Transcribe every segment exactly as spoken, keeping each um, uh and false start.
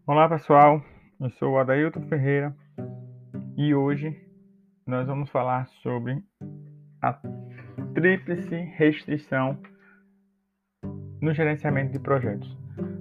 Olá pessoal, eu sou o Adailton Ferreira e hoje nós vamos falar sobre a tríplice restrição no gerenciamento de projetos.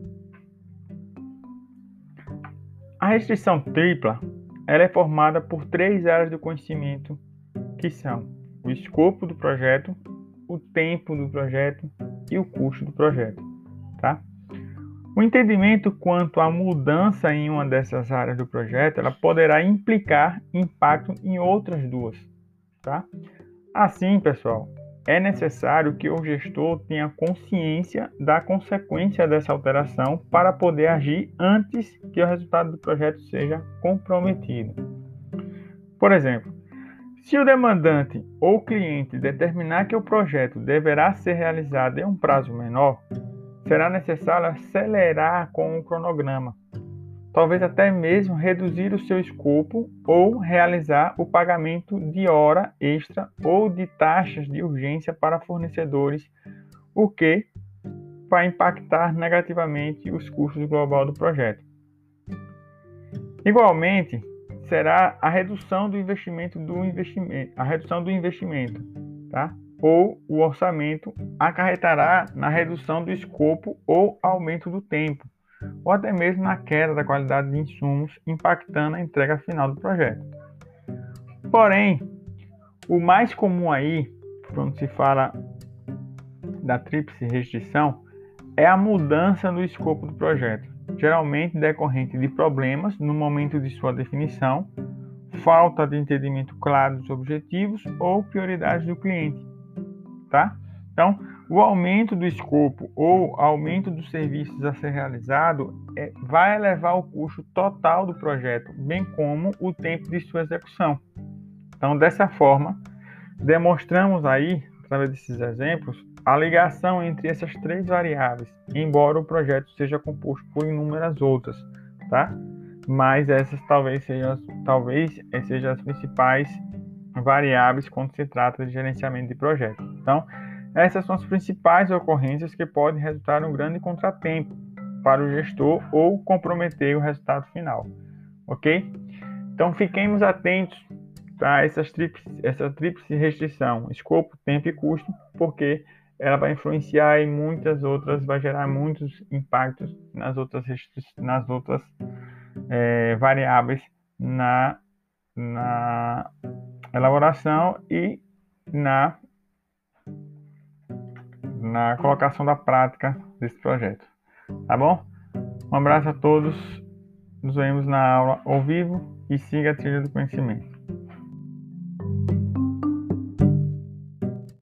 A restrição tripla ela é formada por três áreas do conhecimento que são o escopo do projeto, o tempo do projeto e o custo do projeto, tá? O entendimento quanto à mudança em uma dessas áreas do projeto, ela poderá implicar impacto em outras duas, tá? Assim, pessoal, é necessário que o gestor tenha consciência da consequência dessa alteração para poder agir antes que o resultado do projeto seja comprometido. Por exemplo, se o demandante ou cliente determinar que o projeto deverá ser realizado em um prazo menor, será necessário acelerar com o cronograma, talvez até mesmo reduzir o seu escopo ou realizar o pagamento de hora extra ou de taxas de urgência para fornecedores, o que vai impactar negativamente os custos global do projeto. Igualmente, será a redução do investimento do investimento, a redução do investimento, tá? Ou o orçamento acarretará na redução do escopo ou aumento do tempo, ou até mesmo na queda da qualidade de insumos, impactando a entrega final do projeto. Porém, o mais comum aí, quando se fala da tríplice restrição, é a mudança no escopo do projeto, geralmente decorrente de problemas no momento de sua definição, falta de entendimento claro dos objetivos ou prioridades do cliente, tá? Então, o aumento do escopo ou aumento dos serviços a ser realizado é, vai elevar o custo total do projeto, bem como o tempo de sua execução. Então, dessa forma, demonstramos aí, através desses exemplos, a ligação entre essas três variáveis, embora o projeto seja composto por inúmeras outras, tá? Mas essas talvez sejam, talvez sejam as principais variáveis quando se trata de gerenciamento de projeto. Então, essas são as principais ocorrências que podem resultar em um grande contratempo para o gestor ou comprometer o resultado final, ok? Então, fiquemos atentos a essas tríplice, essa tríplice restrição, escopo, tempo e custo, porque ela vai influenciar em muitas outras, vai gerar muitos impactos nas outras, nas outras é, variáveis na, na elaboração e na, na colocação da prática desse projeto. Tá bom? Um abraço a todos, nos vemos na aula ao vivo e siga a trilha do conhecimento.